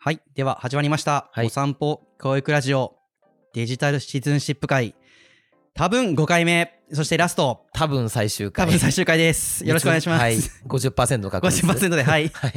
はい。では始まりました。 はいお散歩教育ラジオデジタルシティズンシップ会。多分5回目。そしてラスト。 多分最終回。 多分最終回です。よろしくお願いします。 はい。50% 確率。 50% で、はい。 はい。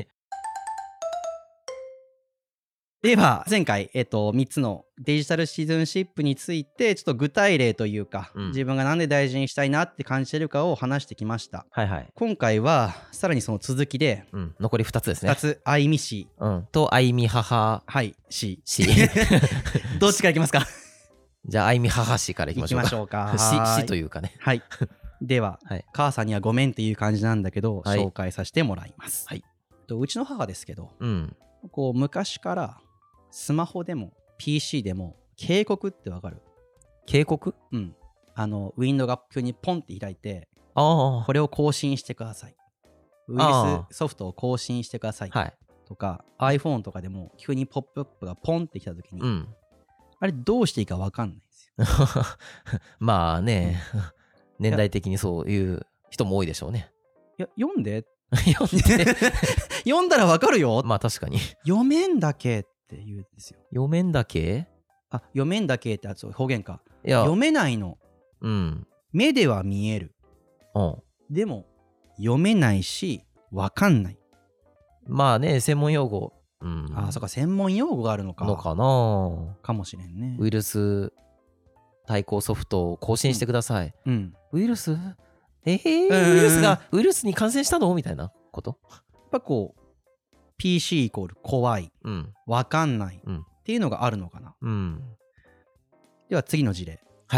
では、前回、3つのデジタルシティズンシップについて、ちょっと具体例というか、自分がなんで大事にしたいなって感じてるかを話してきました。 はいはい。 今回は、さらにその続きで、 残り2つですね。 2つ、あいみ氏。 と、あいみ母。 はい、氏。 どっちからいきますか？ じゃあ、あいみ母氏からいきましょうか。 いきましょうか。 氏というかね。 はい。では、 はい、 母さんにはごめんっていう感じなんだけど、 はい、 紹介させてもらいます。 はい。 うちの母ですけど、こう昔からスマホでも PC でも警告ってわかる？ 警告？ ウィンドウが急にポンって開いて、 これを更新してください。ウイルスソフトを更新してください。とか、iPhone とかでも急にポップアップがポンってきたときに、あれどうしていいかわかんないんですよ。 まあね、年代的にそういう人も多いでしょうね。 いや、読んで読んだらわかるよ。 まあ確かに。 読めんだけって言うんですよ。 読めんだけ？ 読めんだけって方言か。読めないの。目では見える。でも読めないしわかんない。 まあね、専門用語。 そっか、専門用語があるのか。 かな。 かもしれんね。 ウイルス対抗ソフトを更新してください。ウイルス？ウイルスに感染したのみたいなこと？ やっぱこう PC イコール怖い、わかんないっていうのがあるのかな。では次の事例。 はい。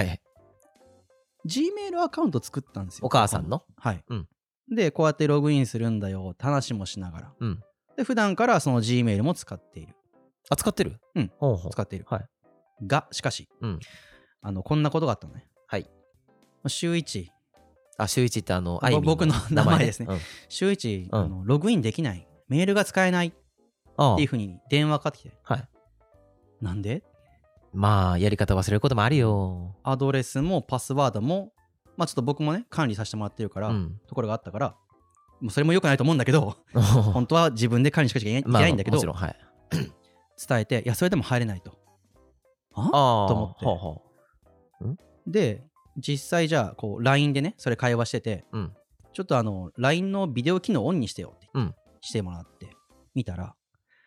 Gmail アカウント作ったんですよ。 お母さんの？ はい。でこうやってログインするんだよって話もしながら。で普段からその Gmail も使っている。 使ってる？ 使っている。がしかし、こんなことがあったのね。はい。週1。 週1って僕の名前ですね。週1、ログインできない。メールが使えないっていうふうに電話かかってきて。なんで？ まあやり方忘れることもあるよ。 アドレスもパスワードもちょっと僕もね管理させてもらってるから、ところがあったから、もうそれも良くないと思うんだけど本当は自分で管理しなきゃいけないんだけど、伝えて、いやそれでも入れないと。と思って。で実際じゃあこう LINE でねそれ会話してて、ちょっとLINE のビデオ機能オンにしてよってしてもらって見たら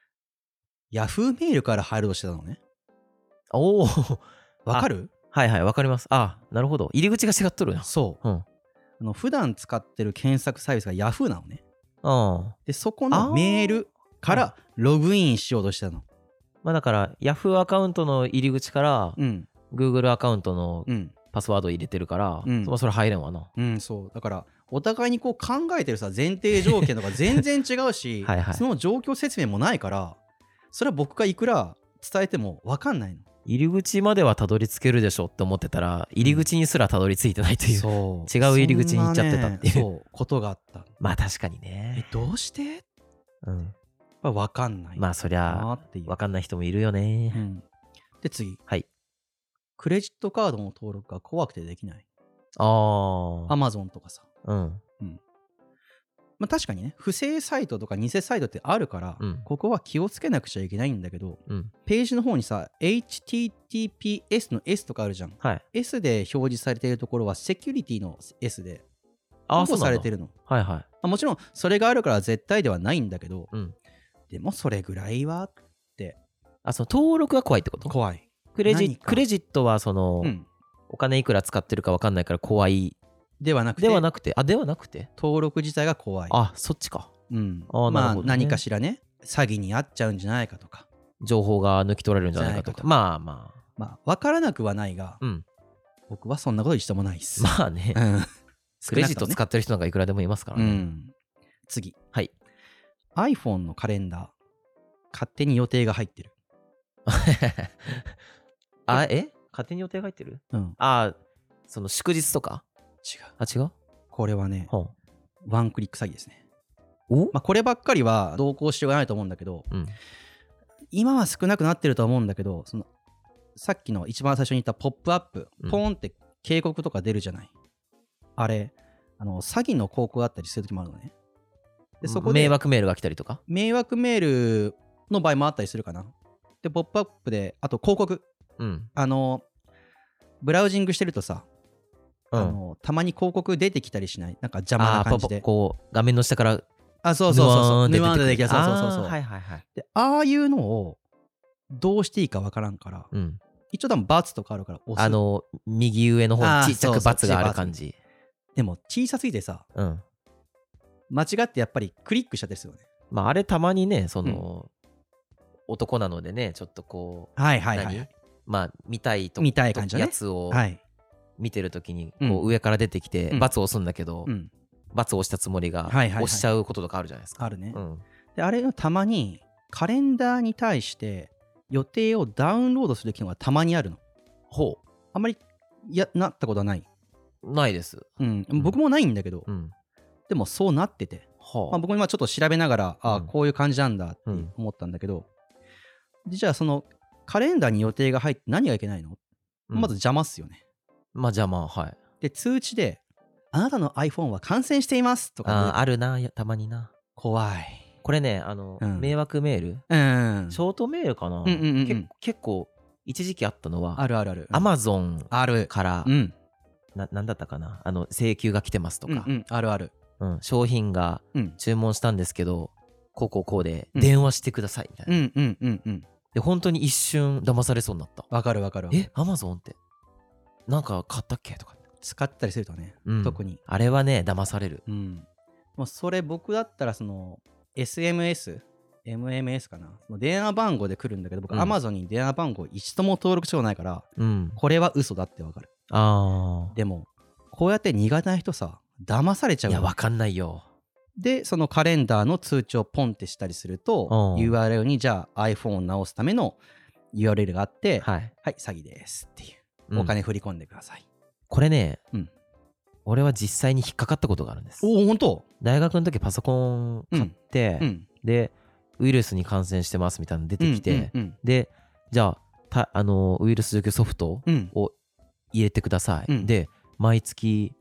Yahoo メールから入るとしてたのね。わかる？ はいわかります。なるほど。入り口が違っとるな。 そう。普段使ってる検索サービスが Yahoo なのね。でそこのメールからログインしようとしたの。 だから Yahoo アカウントの入り口から、Google アカウントのパスワード入れてるから、それ入れんわな。 そうだからお互いにこう考えてるさ前提条件とか全然違うしその状況説明もないから、それは僕がいくら伝えても分かんないの。 入り口まではたどり着けるでしょって思ってたら入り口にすらたどり着いてないという、違う入り口に行っちゃってたっていうことがあった。 まあ確かにね。 どうして？分かんない。 まあそりゃ分かんない人もいるよね。 で次。 はい。 クレジットカードの登録が怖くてできない。Amazon とかさ。確かにね不正サイトとか偽サイトってあるから、ここは気をつけなくちゃいけないんだけど、ページの方にさ HTTPS の S とかあるじゃん。S で表示されているところはセキュリティの S で保護されてるの。もちろんそれがあるから絶対ではないんだけど、でもそれぐらいはって。 その登録が怖いってこと？怖い。クレジットはその、お金いくら使ってるか分かんないから怖いではなくて登録自体が怖い。 そっちか。 何かしらね詐欺に遭っちゃうんじゃないかとか情報が抜き取られるんじゃないかとか分からなくはないが、僕はそんなこと一度もないっす。 まあね、クレジット使ってる人なんかいくらでもいますからね。 次。 はい。 iPhone のカレンダー勝手に予定が入ってる。 勝手に予定が入ってる？その祝日とか？違う？ これはね、ワンクリック詐欺ですね。こればっかりは同行しようがないと思うんだけど、今は少なくなってると思うんだけど、さっきの一番最初に言ったポップアップ、ポーンって警告とか出るじゃない。あれ詐欺の広告があったりする時もあるのね。でそこで迷惑メールが来たりとか。 迷惑メールの場合もあったりするかな。でポップアップであと広告、ブラウジングしてるとさ、たまに広告出てきたりしない？なんか邪魔な感じでこう画面の下からそうヌワーンで出てきた。そうはいはいはい。 でああいうのをどうしていいかわからんから、一応多分バツとかあるから押す。 右上の方にちっちゃくバツがある感じ。 でも小さすぎてさ、間違ってやっぱりクリックしちゃってるんですよね。 まああれたまにね、その、男なのでね、ちょっとこう、まあ見たいやつを見てるときにこう上から出てきてバツを押すんだけど、バツを押したつもりが押しちゃうこととかあるじゃないですか。 あるね。であれのたまにカレンダーに対して予定をダウンロードする機能がたまにあるの。 ほう。 あんまりなったことはない？ ないです。 僕もないんだけど、でもそうなってて、僕も今ちょっと調べながら、こういう感じなんだって思ったんだけど、でじゃあそのカレンダーに予定が入って何がいけないの？まず邪魔っすよね。 まあ邪魔、はい。 で通知であなたの iPhone は感染していますとか。 あるな、たまにな。 怖い。 これね、迷惑メール、ショートメールかな、結構一時期あったのは、 ある Amazon から、なんだったかな、請求が来てますとか、 あるある、 商品が注文したんですけど、こうで電話してくださいみたいな。で本当に一瞬騙されそうになった。 わかる。 Amazon ってなんか買ったっけとか使ったりするとね、特にあれはね騙される。 もうそれ僕だったらその MMS かな、その電話番号で来るんだけど、僕 Amazon に電話番号一度も登録したことないから、これは嘘だってわかる。でもこうやって苦手な人さ、騙されちゃう。 いやわかんないよ。 でそのカレンダーの通知をポンってしたりすると、URL にじゃあ iPhone を直すための URL があって、はい詐欺ですっていう、お金振り込んでください。 これね、俺は実際に引っかかったことがあるんです。 本当？ 大学の時パソコン買って、でウイルスに感染してますみたいなの出てきて、でじゃあウイルス除去ソフトを入れてください、で毎月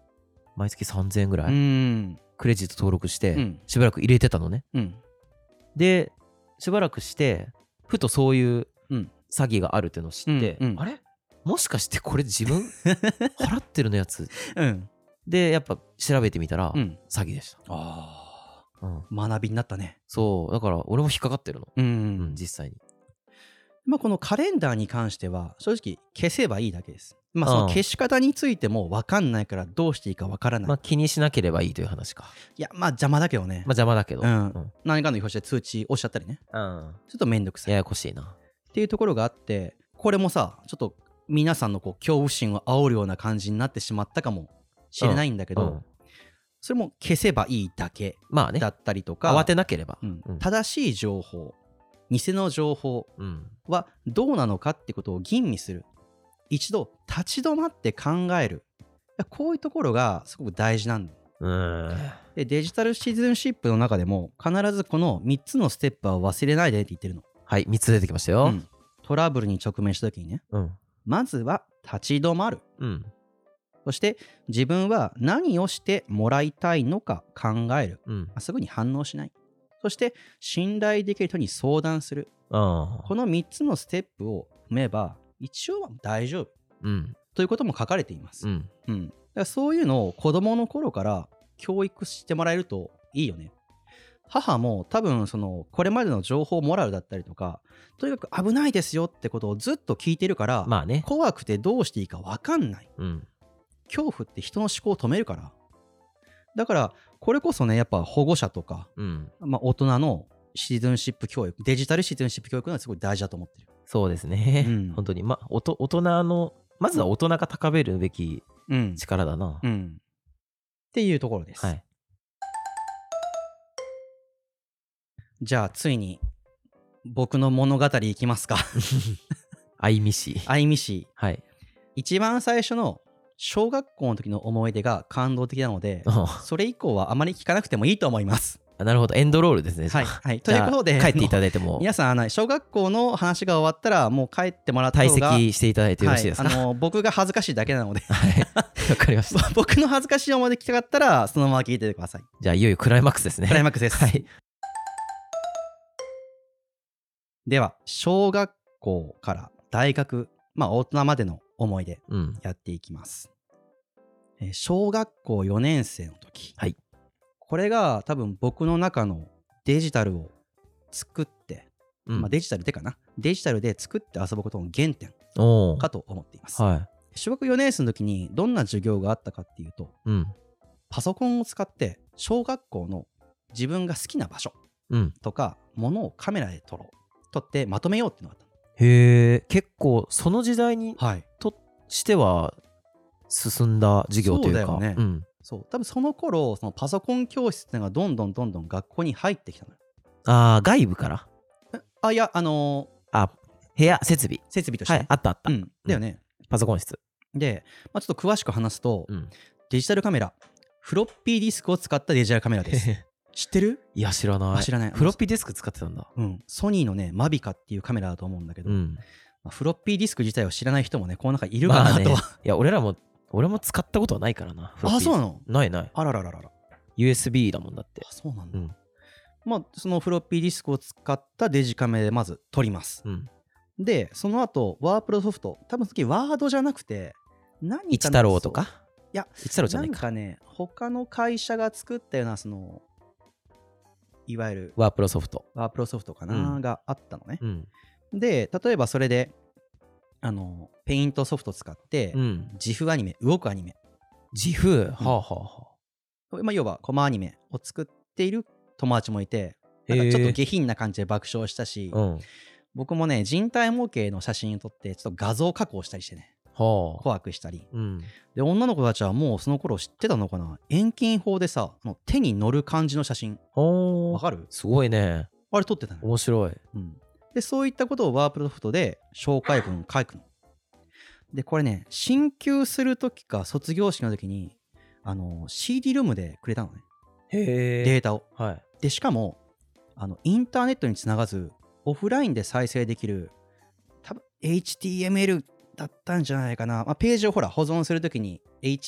3000円ぐらい、クレジット登録して、しばらく入れてたのね、でしばらくしてふとそういう詐欺があるっていうのを知って、あれもしかしてこれ自分払ってるのやつ、でやっぱ調べてみたら、詐欺でした。学びになったね。 そうだから俺も引っかかってるの、実際に。 このカレンダーに関しては正直消せばいいだけです。その消し方についても分かんないからどうしていいか分からない。 気にしなければいいという話か。 いや邪魔だけどね。 邪魔だけど、 何かの表して通知押しちゃったりね、ちょっとめんどくさい、 ややこしいなっていうところがあって、これもさちょっと皆さんのこう恐怖心を煽るような感じになってしまったかもしれないんだけど、それも消せばいいだけだったりとか、 慌てなければ、 正しい情報、偽の情報はどうなのかってことを吟味する、一度立ち止まって考える、こういうところがすごく大事なんだ。でデジタルシティズンシップの中でも必ずこの3つのステップは忘れないでって言ってるの。 はい、3つ出てきましたよ、 トラブルに直面した時にね、まずは立ち止まる、そして自分は何をしてもらいたいのか考える、すぐに反応しない、そして信頼できる人に相談する、この3つのステップを踏めば一応は大丈夫、ということも書かれています、だからそういうのを子供の頃から教育してもらえるといいよね。母も多分これまでの情報モラルだったりとか、とにかく危ないですよってことをずっと聞いてるから、怖くてどうしていいか分かんない、恐怖って人の思考を止めるから。だからこれこそね、やっぱ保護者とか、大人のシティズンシップ教育、デジタルシティズンシップ教育がすごい大事だと思ってる。 そうですね、本当に大人のまずは大人が高めるべき力だな、 っていうところです。じゃあついに僕の物語いきますか。 愛美市。 はい。一番最初の小学校の時の思い出が感動的なので、それ以降はあまり聞かなくてもいいと思います。 なるほど、エンドロールですね。 はい。ということで帰っていただいても、 皆さん小学校の話が終わったらもう帰ってもらった方が、 退席していただいてよろしいですか。 僕が恥ずかしいだけなので、 わかりました。 僕の恥ずかしい思い出聞きたかったらそのまま聞いててください。 じゃあいよいよクライマックスですね。 クライマックスです。 はい。 では小学校から大学、大人までの思い出やっていきます。小学校4年生の時、 はい、 これが多分僕の中のデジタルを作って、デジタルでかな、デジタルで作って遊ぶことの原点かと思っています。小学4年生の時にどんな授業があったかっていうと、パソコンを使って小学校の自分が好きな場所とかものをカメラで撮ってまとめようっていうのがあったの。 へえ、結構その時代にとしては進んだ授業というか。 そうだよね。そう多分その頃そのパソコン教室っていうのがどんどん学校に入ってきたのよ。 外部から？ いや部屋設備として、 あった、 だよね。 パソコン室で、ちょっと詳しく話すと、デジタルカメラ、フロッピーディスクを使ったデジタルカメラです。知ってる？ いや知らない。 知らない。 フロッピーディスク使ってたんだ。 ソニーのねマビカっていうカメラだと思うんだけど、フロッピーディスク自体を知らない人もねこの中いるかなとは、 いや俺も使ったことはないからな。 そうなの？ ない。 あらら。 USB だもんだって。 そうなんだ。そのフロッピーディスクを使ったデジカメでまず撮ります。でその後ワープロソフト、多分次ワードじゃなくて一太郎とか、 いや一太郎じゃないか、 なんかね他の会社が作ったようなそのいわゆるワープロソフトかな、があったのね。で例えばそれでペイントソフト使って、自負アニメ、動くアニメ、 自負、 要はコマアニメを作っている友達もいて、なんかちょっと下品な感じで爆笑したし、僕もね人体模型の写真を撮ってちょっと画像加工したりしてね、怖くしたり、で女の子たちはもうその頃知ってたのかな、遠近法でさ手に乗る感じの写真、わかる？ すごいね。 あれ撮ってたの。 面白い。 でそういったことをワープロソフトで紹介文書くの。でこれね進級する時か卒業式の時にCD ルームでくれたのね、データを。でしかもインターネットにつながずオフラインで再生できる、多分 HTML だったんじゃないかな、ページをほら保存するときに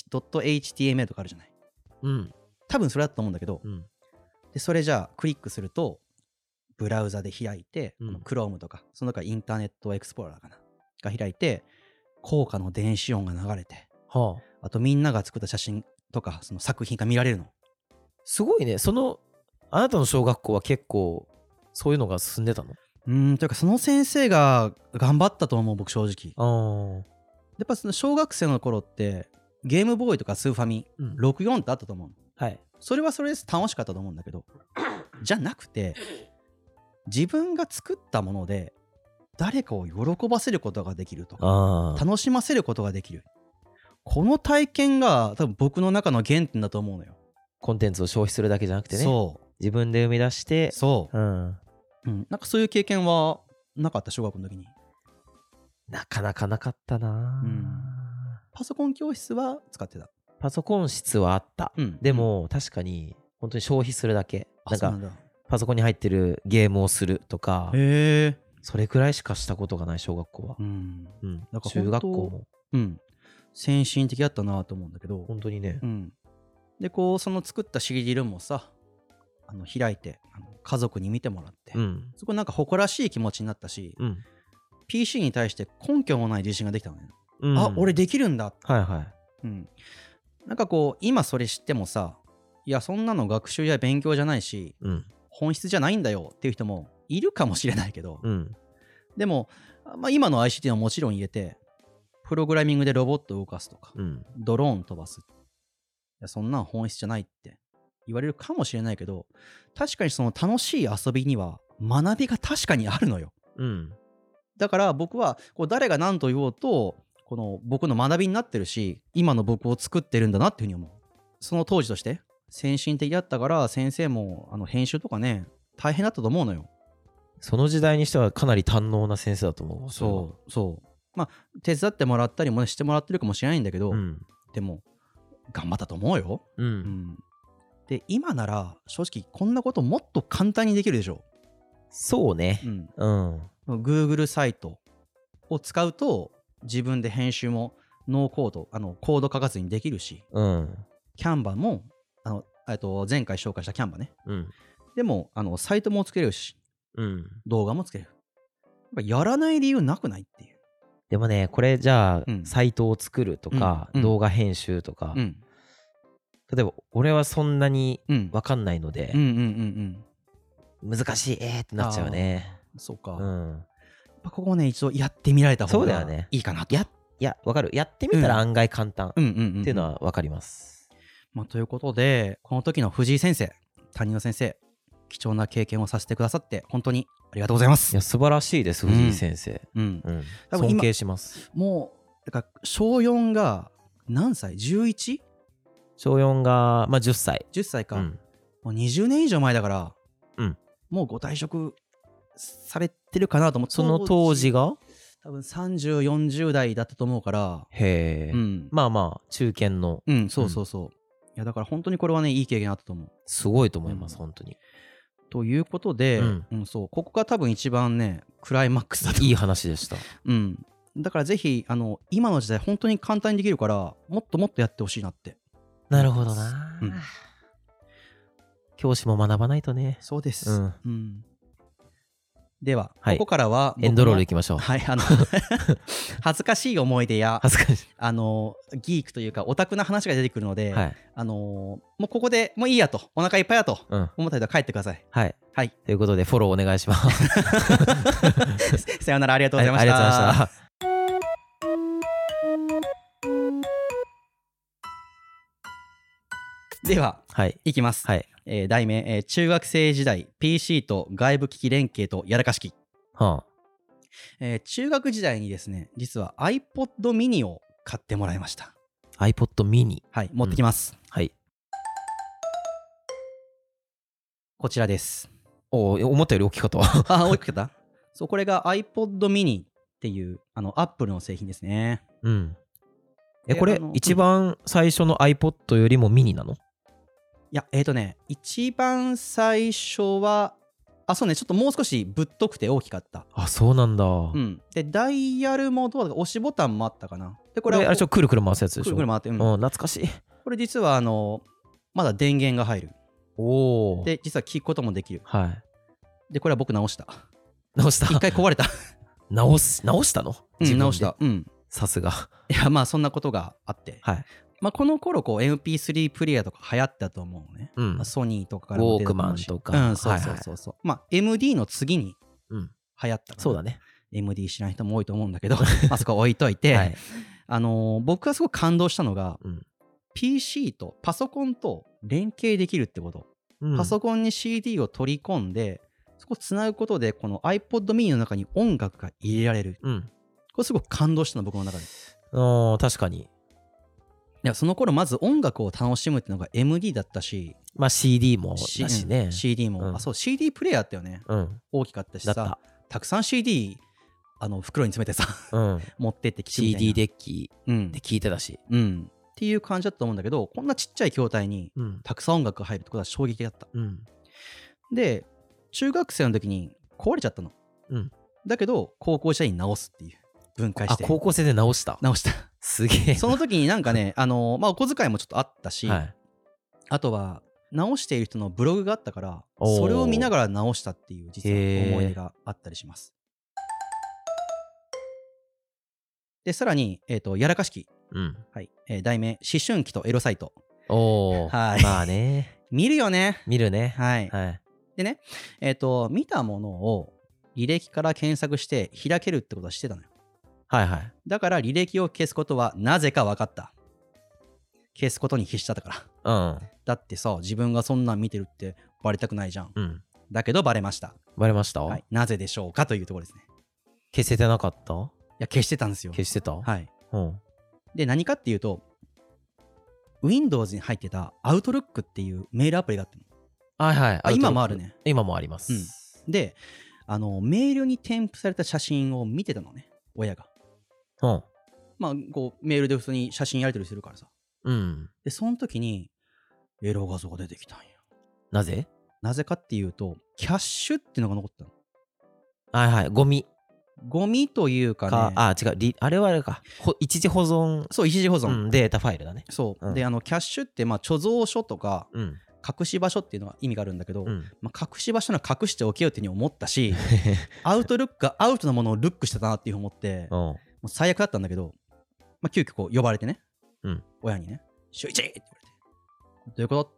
h.html とかあるじゃない、多分それだと思うんだけど、でそれじゃあクリックするとブラウザで開いて、Chrome とかその他インターネットエクスプローラーかなが開いて、効果の電子音が流れて、あとみんなが作った写真とかその作品が見られるの。 すごいね。あなたの小学校は結構そういうのが進んでたの？ というかその先生が頑張ったと思う、僕正直。やっぱその小学生の頃ってゲームボーイとかスーファミ、64ってあったと思うの。それはそれで楽しかったと思うんだけど、じゃなくて自分が作ったもので誰かを喜ばせることができるとか、楽しませることができる、この体験が多分僕の中の原点だと思うのよ。 コンテンツを消費するだけじゃなくてね、自分で生み出して、 なんかそういう経験はなかった？小学校の時に。 なかなかなかったな、 パソコン教室は使ってた？ パソコン室はあった、でも確かに本当に消費するだけ、なんかパソコンに入ってるゲームをするとか、それくらいしかしたことがない、小学校は。なんか中学校も先進的だったなと思うんだけど、 本当にね。 でこうその作った CD ルームをさ開いて家族に見てもらって、そこなんか誇らしい気持ちになったし、PC に対して根拠もない自信ができたのね。俺できるんだって。なんかこう今それ知ってもさ、いやそんなの学習や勉強じゃないし、本質じゃないんだよっていう人もいるかもしれないけど、でも、今の ICT はもちろん言えて、プログラミングでロボットを動かすとか、ドローン飛ばす、いやそんなん本質じゃないって言われるかもしれないけど、確かにその楽しい遊びには学びが確かにあるのよ。だから僕はこう誰が何と言おうとこの僕の学びになってるし、今の僕を作ってるんだなっていうふうに思う。その当時として先進的だったから先生も編集とかね大変だったと思うのよ。 その時代にしてはかなり堪能な先生だと思う。 そう手伝ってもらったりも、ね、してもらってるかもしれないんだけど、でも頑張ったと思うよ。で今なら正直こんなこともっと簡単にできるでしょ。 そうね。 Google サイトを使うと自分で編集もノーコードコード書かずにできるし、キャンバも前回紹介したキャンバね、でもサイトも作れるし、動画も作れる。 ぱやらない理由なくないっていう。 でもね、これじゃあ、サイトを作るとか、動画編集とか、例えば俺はそんなに分かんないので、難しいってなっちゃうね。 そうか。ここね、一度やってみられた方がいいかなと。 いや、分かる。やってみたら案外簡単っていうのは分かります。 ということで、この時の藤井先生、担任の先生、貴重な経験をさせてくださって本当にありがとうございます。 いや素晴らしいです、藤井先生。尊敬します。 もうだから小4が何歳 11？ 小4が10歳。 10歳か。もう20年以上前だから、もうご退職されてるかなと思って。 その当時が多分30、40代だったと思うから。 へえ。まあ中堅の。 そう。いやだから本当にこれはね、いい経験あったと思う。 すごいと思います、本当に。 ということで、そうここが多分一番ねクライマックスだと。 いい話でした。 だからぜひ今の時代本当に簡単にできるからもっともっとやってほしいなって。 なるほどな、教師も学ばないとね。 そうです。では、ここからはエンドロールいきましょう。 はい、恥ずかしい思い出やギークというかオタクな話が出てくるので、もうここでもういいやと、お腹いっぱいやと思ったら帰ってください。 はい。ということでフォローお願いします。 さようなら、ありがとうございました。 ありがとうございました。 では、いきます。題名、中学生時代 PC と外部機器連携とやらかしき。中学時代にですね、実は iPod mini を買ってもらいました。 iPod mini。 はい、持ってきます。こちらです。 思ったより大きかったわ。 大きかった？そう、これが iPod mini っていうApple の製品ですね。 これ一番最初の iPod よりもミニなの？ いや、一番最初はそうね、ちょっともう少しぶっとくて大きかった。 そうなんだ。 でダイヤルもどうだか、押しボタンもあったかな。でこれあれくるくる回すやつでしょ。 くるくる回って、 懐かしい。 これ実はまだ電源が入る。で実は聞くこともできる。でこれは僕直した。一回壊れた。 直したの？ 直した。 さすが。 いやそんなことがあって、この頃MP3 プレイヤーとか流行ったと思うね。ソニーとかからも出てたし、ウォークマンとか。 そう。MD の次に流行った。 そうだね。 MD 知らない人も多いと思うんだけど、そこ置いといて、僕がすごく感動したのが、PC とパソコンと連携できるってこと。パソコンに CD を取り込んで、そこをつなぐことでこの iPod mini の中に音楽が入れられる。これすごく感動したの、僕の中で。 確かに。 いやその頃まず音楽を楽しむっていうのが MD だったし、 CD もだしね。 CD も、そう CD プレイヤーあったよね。大きかったしさ、たくさん CD 袋に詰めてさ、持ってってきてみたいな。 CD デッキで聴いてたし、 っていう感じだったと思うんだけど、こんなちっちゃい筐体にたくさん音楽が入るってことは衝撃だった。で中学生の時に壊れちゃったの。だけど高校時代に直すっていう、分解して。 高校生で直した。すげえ。 その時になんかね、お小遣いもちょっとあったし、あとは直している人のブログがあったから、それを見ながら直したっていう実は思い出があったりします。でさらにやらかしき、題名思春期とエロサイト。 まあね。 見るよね。 見るね。 でね、見たものを履歴から検索して開けるってことはしてたのよ。だから履歴を消すことはなぜか分かった。消すことに必死だったから。だってさ、自分がそんなん見てるってバレたくないじゃん。だけどバレました。なぜでしょうかというところですね。 消せてなかった？ いや消してたんですよ。 消してた？ で何かっていうと Windows に入ってた Outlook っていうメールアプリがあったの。今もあるね。 今もあります。 でメールに添付された写真を見てたのね、親が。こうメールで普通に写真やり取りするからさ。でその時にエロ画像が出てきたんよ。なぜかっていうとキャッシュっていうのが残ったの。ゴミというかね。 違う、あれはあれか、一時保存。 そう、一時保存、 データファイルだね。 そう、でキャッシュって貯蔵書とか、 隠し場所っていうのは意味があるんだけど、まあ、隠し場所なら隠しておけよっていうふうに思ったしアウトルックがアウトなものをルックしてたなっていうふうに思ってもう最悪だったんだけど、まあ、急遽こう呼ばれてね、親にね「週一!」って言われて「どういうこと?」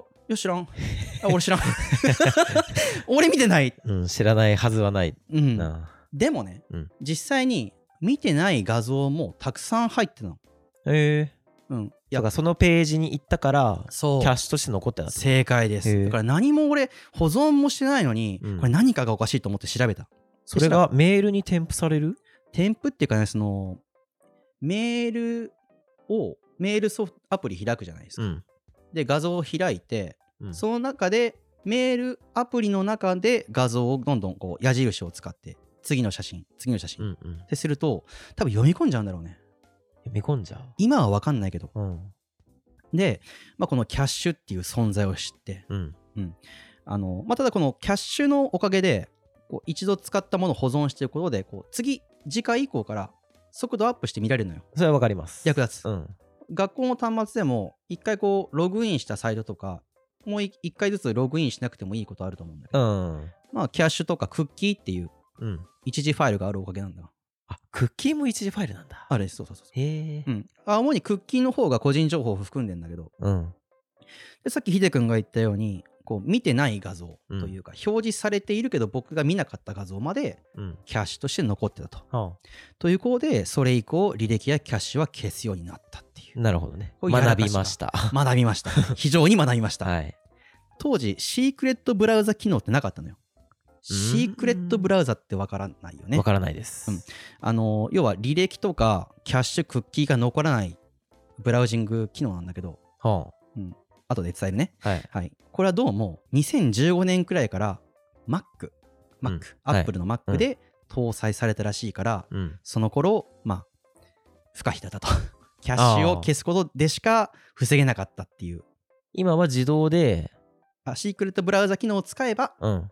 いや知らん俺知らん俺見てない、 知らないはずはない、 でもね、実際に見てない画像もたくさん入ってたの。 だからそのページに行ったからキャッシュとして残ってた。 正解です。だから何も俺保存もしてないのに、これ何かがおかしいと思って調べた。 それがメールに添付される？ 添付っていうかね、そのメールアプリ開くじゃないですか、で画像を開いて、その中でメールアプリの中で画像をどんどんこう矢印を使って次の写真ってすると多分読み込んじゃうんだろうね。 読み込んじゃう？ 今は分かんないけど、で、まあ、このキャッシュっていう存在を知って、まあ、ただこのキャッシュのおかげでこう一度使ったものを保存していくことでこう次回以降から速度アップして見られるのよ。 それは分かります。 役立つ、学校の端末でも一回こうログインしたサイトとかもう一回ずつログインしなくてもいいことあると思うんだけど、まあキャッシュとかクッキーっていう一時ファイルがあるおかげなんだ。 クッキーも一時ファイルなんだ。 あれ、そう。 へえ。 主にクッキーの方が個人情報を含んでんだけど、でさっきヒデ君が言ったようにこう見てない画像というか、表示されているけど僕が見なかった画像までキャッシュとして残ってたと、ということでそれ以降履歴やキャッシュは消すようになったっていう。 なるほどね。学びました非常に学びました、当時シークレットブラウザ機能ってなかったのよ。シークレットブラウザってわからないよね。 わからないです、 要は履歴とかキャッシュクッキーが残らないブラウジング機能なんだけど、後で伝えるね、これはどうも2015年くらいから Mac、Apple の Mac で搭載されたらしいから、その頃まあ不可避だったとキャッシュを消すことでしか防げなかったっていう。 今は自動でシークレットブラウザ機能を使えば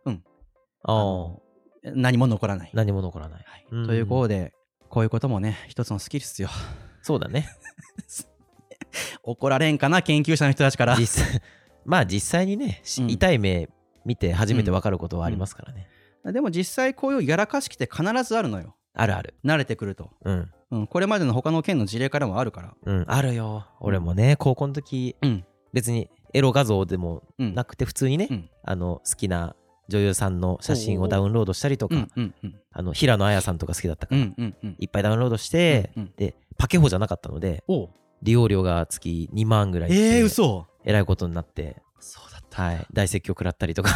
何も残らない、ということでこういうこともね一つのスキルっすよ。 そうだね怒られんかな研究者の人たちから。 まあ実際にね、痛い目見て初めて分かることはありますからね、 でも実際こういうやらかしきって必ずあるのよ。 ある慣れてくると、これまでの他の県の事例からもあるから、 あるよ。俺もね高校の時、別にエロ画像でもなくて普通にね、好きな女優さんの写真をダウンロードしたりとか、平野綾さんとか好きだったから、いっぱいダウンロードして、でパケホじゃなかったので利用料が月2万ぐらいで、 嘘えらいことになって、 そうだった、 大説教食らったりとか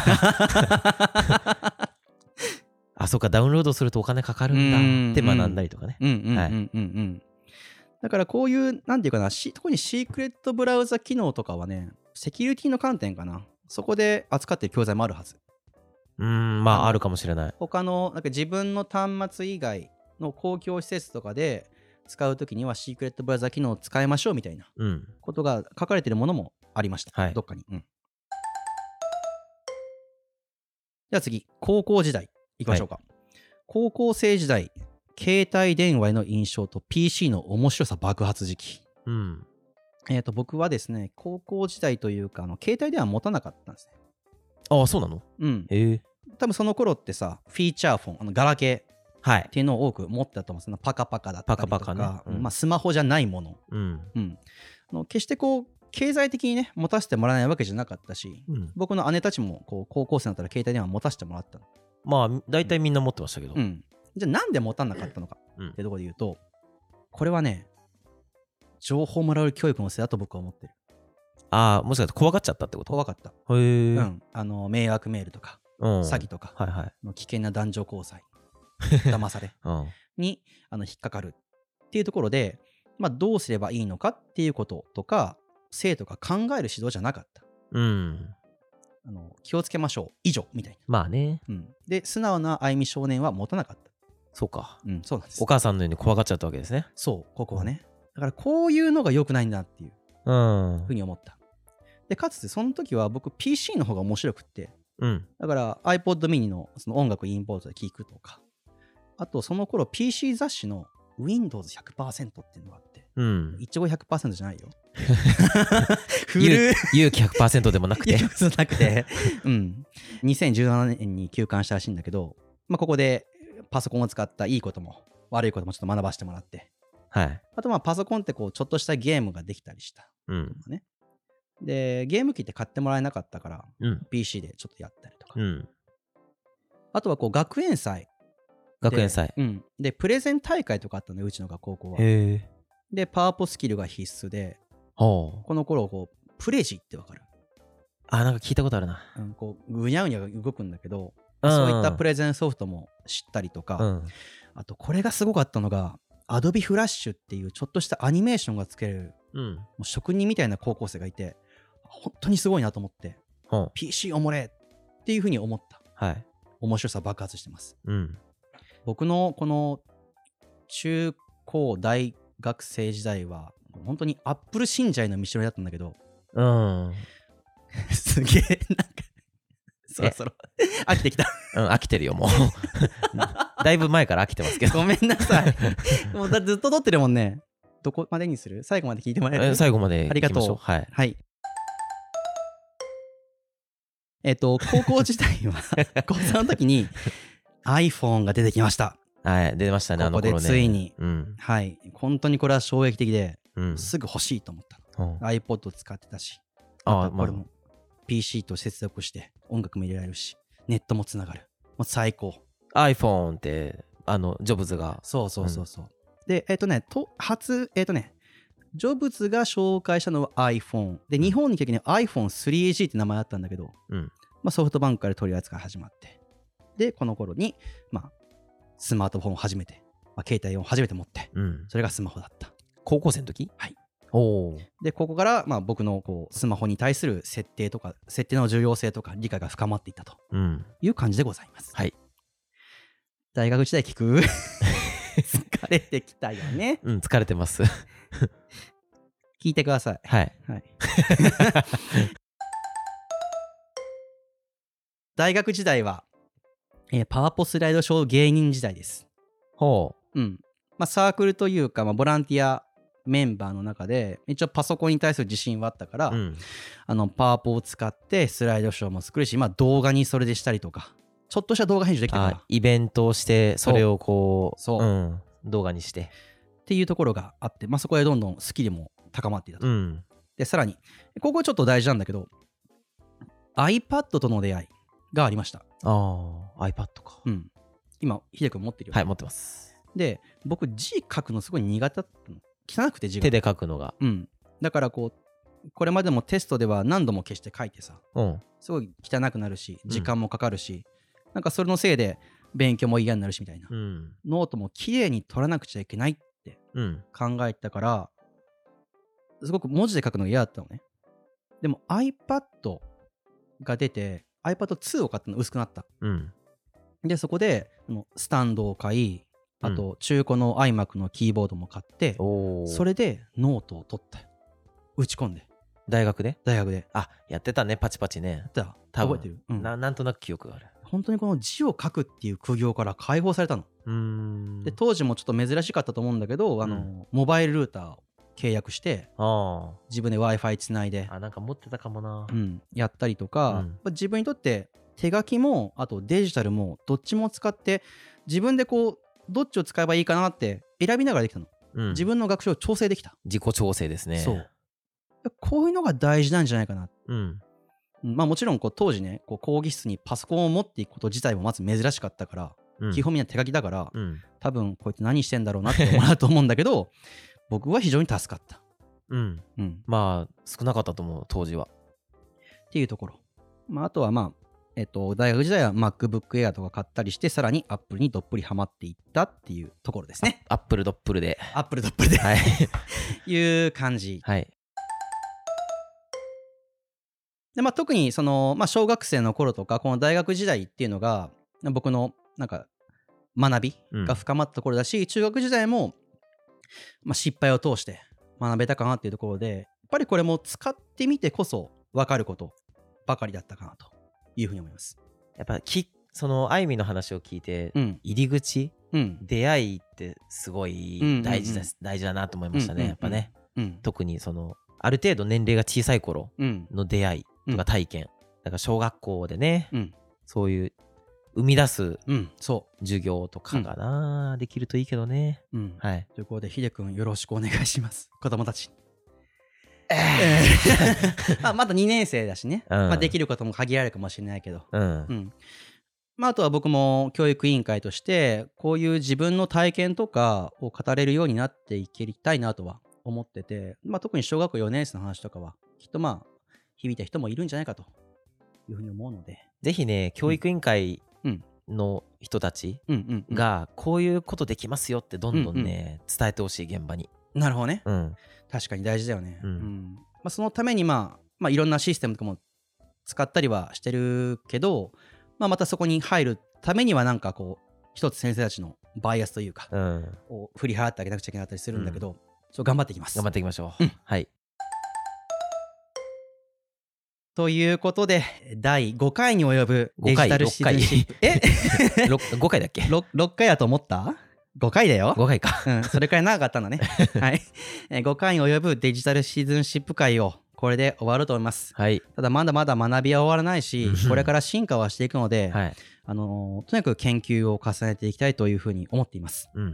あ、そうかダウンロードするとお金かかるんだって学んだりとかね。 だからこういうなんていうかな、特にシークレットブラウザ機能とかはねセキュリティの観点かな、そこで扱ってる教材もあるはず。 まああるかもしれない。 他のなんか自分の端末以外の公共施設とかで使うときにはシークレットブラウザ機能を使いましょうみたいなことが書かれているものもありました、どっかに。じゃあ次、高校時代いきましょうか、高校生時代携帯電話への印象と PC の面白さ爆発時期。僕はですね高校時代というか携帯電話持たなかったんですね。 ああそうなの？ 多分その頃ってさフィーチャーフォンガラケーっていうのを多く持ってたと思うんです。パカパカだったりとか、スマホじゃないもの、決してこう経済的にね持たせてもらえないわけじゃなかったし、僕の姉たちもこう高校生だったら携帯電話持たせてもらったの。 まあ大体みんな持ってましたけど、 じゃあなんで持たなかったのかってところで言うと、これはね情報もらう教育のせいだと僕は思ってる。 もしかして怖がっちゃったってこと？ 怖かった。迷惑メールとか詐欺とかの危険な男女交際騙されに引っかかるっていうところで、どうすればいいのかっていうこととか生徒が考える指導じゃなかった。気をつけましょう以上みたいな。 まあね、 で素直な歩み少年は持たなかった。 そうか、 そうなんです。 お母さんのように怖がっちゃったわけですね。 そうここはね、だからこういうのが良くないんだっていうふうに思った。でかつてその時は僕 PC の方が面白くって、だから iPod mini のその音楽インポートで聴くとか、あとその頃 PC 雑誌の Windows 100% っていうのがあって、一応 100% じゃないよ、 勇気 100% でもなくてそうなくて、2017年に休館したらしいんだけど、ここでパソコンを使ったいいことも悪いこともちょっと学ばせてもらって、 はい、 あとパソコンってちょっとしたゲームができたりした、ね、でゲーム機って買ってもらえなかったから、PC でちょっとやったりとか、あとは学園祭でプレゼン大会とかあったのよ、うちの学校は。でパワポスキルが必須で、この頃プレジってわかる？ なんか聞いたことあるな。 ぐにゃぐにゃ動くんだけど、そういったプレゼンソフトも知ったりとか、あとこれがすごかったのがアドビフラッシュっていうちょっとしたアニメーションがつける、もう職人みたいな高校生がいて、本当にすごいなと思って、PC おもれっていうふうに思った、面白さ爆発してます、僕のこの中高大学生時代は本当にアップル信者への道のりだったんだけど、すげえなんかそろそろ飽きてきた。 飽きてるよもうだいぶ前から飽きてますけどごめんなさいもうずっと撮ってるもんね。どこまでにする？最後まで聞いてもらえる？ 最後までありがとう。はい、高校時代は高3の時に iPhone が出てきました。 出ましたね。 ここでついに、本当にこれは衝撃的で、すぐ欲しいと思ったの。iPod を使ってたし、これも PC と接続して音楽も入れられるし、ネットもつながる。もう最高。 iPhone ってジョブズが。 そう。でジョブズが紹介したのは iPhone で、日本に来た時に iPhone3G って名前だったんだけど、ソフトバンクから取り扱い始まって、でこの頃にスマートフォンを初めて、携帯を初めて持って、それがスマホだった。 高校生の時？ はい。でここから僕のスマホに対する設定の重要性とか理解が深まっていったという感じでございます。 はい。 大学時代聞く疲れてきたよね。 疲れてます聞いてください。 はい大学時代は、パワポスライドショー芸人時代です。サークルというか、ボランティアメンバーの中で一応パソコンに対する自信はあったから、パワポを使ってスライドショーも作るし、動画にそれでしたりとか、ちょっとした動画編集できたから、 イベントをしてそれを動画にしてっていうところがあって、そこでどんどんスキルも高まっていたと。でさらにここちょっと大事なんだけど、 iPad との出会いがありました。 iPad か。 今ヒデ君持ってるよ。 はい、持ってます。 で僕字書くのすごい苦手だったの。汚くて字が手で書くのが、 だからこれまでもテストでは何度も消して書いてさ、すごい汚くなるし時間もかかるし、なんかそれのせいで勉強も嫌になるしみたいな、ノートも綺麗に取らなくちゃいけないって考えたから、すごく文字で書くのが嫌だったのね。でも iPad が出て iPad2 を買ったの、薄くなった、でそこでスタンドを買い、あと中古の iMac のキーボードも買って、それでノートを取ったよ。打ち込んで。 大学でやってたね、パチパチね。 覚えてる？ なんとなく記憶がある。 本当にこの字を書くっていう苦行から解放されたの。で当時もちょっと珍しかったと思うんだけど、モバイルルーターを契約して自分で Wi-Fi つないで、 なんか持ってたかもな、 やったりとか、自分にとって手書きもあとデジタルもどっちも使って、自分でどっちを使えばいいかなって選びながらできたの、自分の学習を調整できた。 自己調整ですね。 そう、こういうのが大事なんじゃないかな。もちろん当時ね、講義室にパソコンを持っていくこと自体もまず珍しかったから、基本みんな手書きだから、多分こうやって何してんだろうなって思うと思うんだけど僕は非常に助かった。 少なかったと思う当時はっていうところ。あとは大学時代は MacBook Air とか買ったりして、さらに Apple にどっぷりハマっていったっていうところですね。 Apple どっぷりではいいう感じ。で特に小学生の頃とかこの大学時代っていうのが僕のなんか学びが深まったところだし、中学時代も失敗を通して学べたかなっていうところで、やっぱりこれも使ってみてこそ分かることばかりだったかなというふうに思います。 やっぱそのあいみの話を聞いて、入り口、出会いってすごい大事だなと思いましたね。やっぱね、特にそのある程度年齢が小さい頃の出会いとか体験、だから小学校でね、そういう生み出す授業とかがな、できるといいけどね。 はい。ということでヒデ君よろしくお願いします。子供たち。まだ2年生だしね、できることも限られるかもしれないけど、あとは僕も教育委員会としてこういう自分の体験とかを語れるようになっていきたいなとは思ってて、特に小学校4年生の話とかはきっと響いた人もいるんじゃないかというふうに思うので、 ぜひね教育委員会の人たちがこういうことできますよってどんどんね伝えてほしい、現場に。 なるほどね、確かに大事だよね。そのためにいろんなシステムとかも使ったりはしてるけど、またそこに入るためにはなんかこう一つ先生たちのバイアスというか、を振り払ってあげなくちゃいけなかったりするんだけど、頑張っていきます。 頑張っていきましょう。はい。 ということで第5回に及ぶデジタルシティズンシップ 5回だっけ 6回だと思った？ 5 回だよ。 5回か、 それくらい長かったんだね。はい、5回に及ぶデジタルシティズンシップ会をこれで終わると思います。 はい、 ただまだまだ学びは終わらないし、これから進化はしていくので、 はい、 とにかく研究を重ねていきたいというふうに思っています。はい、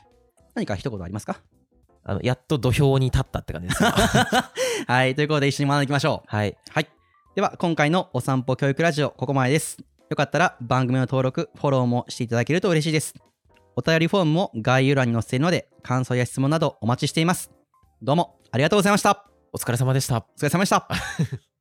何か一言ありますか？ やっと土俵に立ったって感じです。 はい、ということで一緒に学んでいきましょう。 はい、 はい、では今回のお散歩教育ラジオここまでです。よかったら番組の登録フォローもしていただけると嬉しいです。お便りフォームも概要欄に載せているので感想や質問などお待ちしています。どうもありがとうございました。 お疲れ様でした。 お疲れ様でした。